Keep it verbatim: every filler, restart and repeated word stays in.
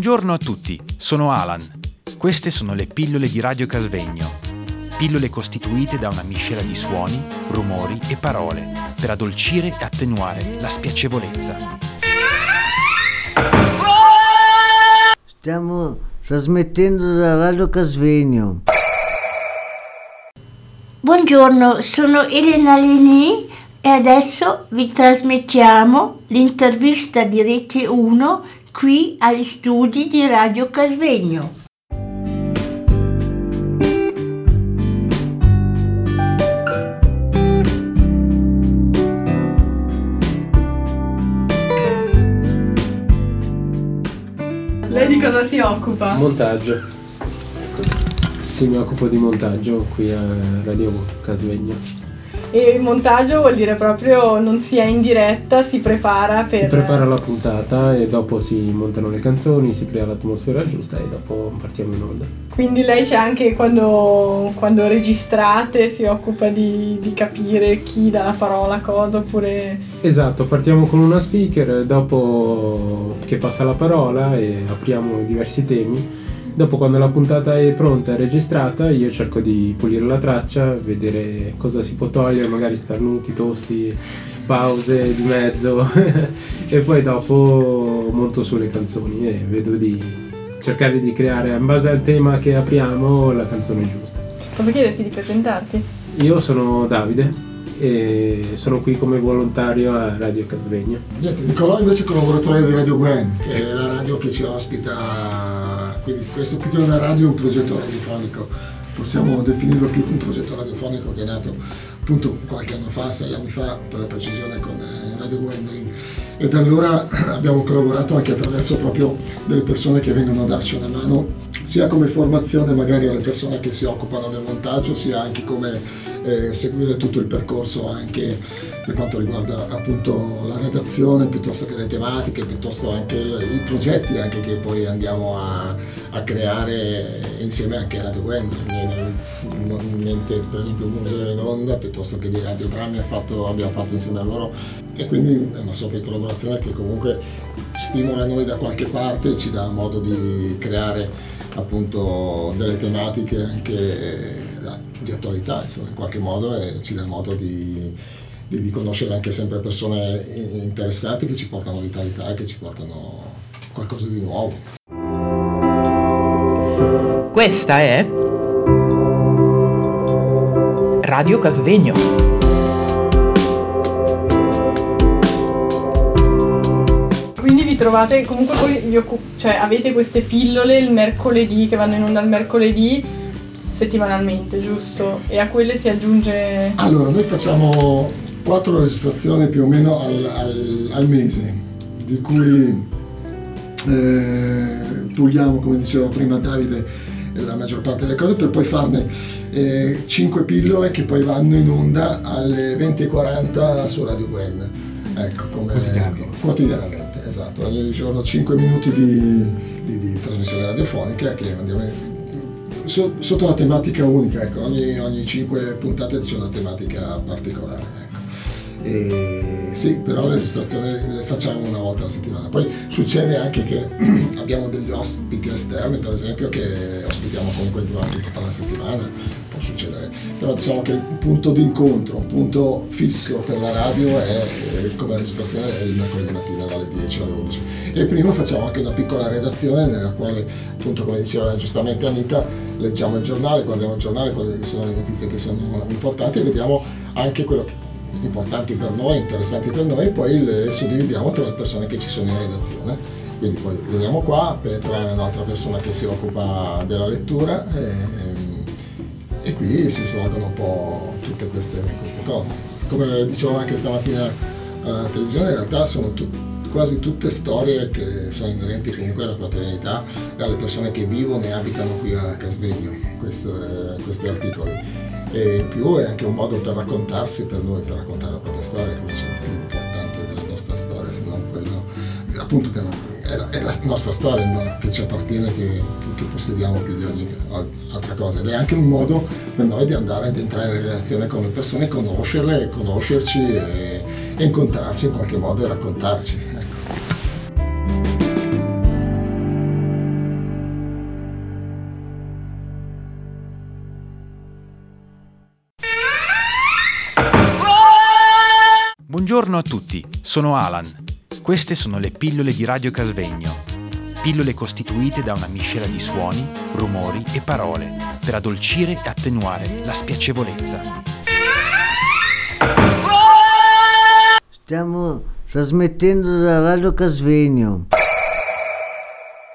Buongiorno a tutti, sono Alan. Queste sono le pillole di Radio Casvegno. Pillole costituite da una miscela di suoni, rumori e parole per addolcire e attenuare la spiacevolezza. Stiamo trasmettendo da Radio Casvegno. Buongiorno, sono Elena Leni e adesso vi trasmettiamo l'intervista di Rete uno qui agli studi di Radio Casvegno. Lei di cosa si occupa? Montaggio. Sì, mi occupo di montaggio qui a Radio Casvegno. E il montaggio vuol dire proprio non si è in diretta, si prepara per... Si prepara la puntata e dopo si montano le canzoni, si crea l'atmosfera giusta e dopo partiamo in onda. Quindi lei c'è anche quando, quando registrate, si occupa di, di capire chi dà la parola, cosa, oppure... Esatto, partiamo con una speaker, dopo che passa la parola e apriamo diversi temi. Dopo, quando la puntata è pronta e registrata, io cerco di pulire la traccia, vedere cosa si può togliere, magari starnuti, tossi, pause di mezzo e poi dopo monto su le canzoni e vedo di cercare di creare, in base al tema che apriamo, la canzone giusta. Posso chiederti di presentarti? Io sono Davide e sono qui come volontario a Radio Casvegno. Niente, Nicolò invece è collaboratore di Radio Gwen, che è la radio che ci ospita, quindi questo più che una radio è un progetto radiofonico, possiamo definirlo più che un progetto radiofonico che è nato appunto qualche anno fa, sei anni fa per la precisione, con Radio Gwen, e da allora abbiamo collaborato anche attraverso proprio delle persone che vengono a darci una mano, sia come formazione magari alle persone che si occupano del montaggio, sia anche come eh, seguire tutto il percorso anche per quanto riguarda appunto la redazione, piuttosto che le tematiche, piuttosto anche il, i progetti anche che poi andiamo a, a creare insieme anche a Radio Gwen. In mente per esempio il Museo in Onda, piuttosto che dei radiodrammi fatto, abbiamo fatto insieme a loro, e quindi è una sorta di collaborazione che comunque stimola noi da qualche parte e ci dà modo di creare appunto delle tematiche anche di attualità, insomma, in qualche modo, e ci dà modo di, di, di conoscere anche sempre persone interessanti che ci portano vitalità e che ci portano qualcosa di nuovo. Questa è Radio Casvegno. Quindi vi trovate, comunque voi vi occup- cioè avete queste pillole il mercoledì, che vanno in onda il mercoledì settimanalmente, giusto? E a quelle si aggiunge... Allora, noi facciamo quattro registrazioni più o meno al, al, al mese, di cui eh, puliamo, come diceva prima Davide, la maggior parte delle cose, per poi farne eh, cinque pillole che poi vanno in onda alle venti e quaranta su Radio Gwen. Ecco, come quotidianamente. quotidianamente, esatto. Ogni giorno cinque minuti di, di, di trasmissione radiofonica che andiamo so, sotto una tematica unica, ecco. Ogni, ogni cinque puntate c'è una tematica particolare, ecco. E sì, però le registrazioni le facciamo una volta alla settimana. Poi succede anche che abbiamo degli ospiti esterni, per esempio, che ospitiamo comunque durante tutta la settimana, può succedere. Però diciamo che il punto d'incontro, un punto fisso per la radio è, come registrazione, è il mercoledì mattina dalle dieci alle undici. E prima facciamo anche una piccola redazione nella quale, appunto, come diceva giustamente Anita, leggiamo il giornale, guardiamo il giornale, quali sono le notizie che sono importanti e vediamo anche quello che importanti per noi, interessanti per noi, e poi le suddividiamo tra le persone che ci sono in redazione. Quindi poi veniamo qua, Petra è un'altra persona che si occupa della lettura e, e qui si svolgono un po' tutte queste, queste cose. Come dicevo anche stamattina alla televisione, in realtà sono tu, quasi tutte storie che sono inerenti comunque alla quotidianità e alle persone che vivono e abitano qui a Casvegno, questo, questi articoli. E in più è anche un modo per raccontarsi, per noi, per raccontare la propria storia, quello è più importante della nostra storia, se non quello appunto che è la, è la nostra storia, no? Che ci appartiene, che, che possediamo più di ogni altra cosa, ed è anche un modo per noi di andare ad entrare in relazione con le persone, conoscerle, conoscerci e, e incontrarci in qualche modo e raccontarci, ecco. Buongiorno a tutti, sono Alan. Queste sono le pillole di Radio Casvegno. Pillole costituite da una miscela di suoni, rumori e parole per addolcire e attenuare la spiacevolezza. Stiamo trasmettendo da Radio Casvegno.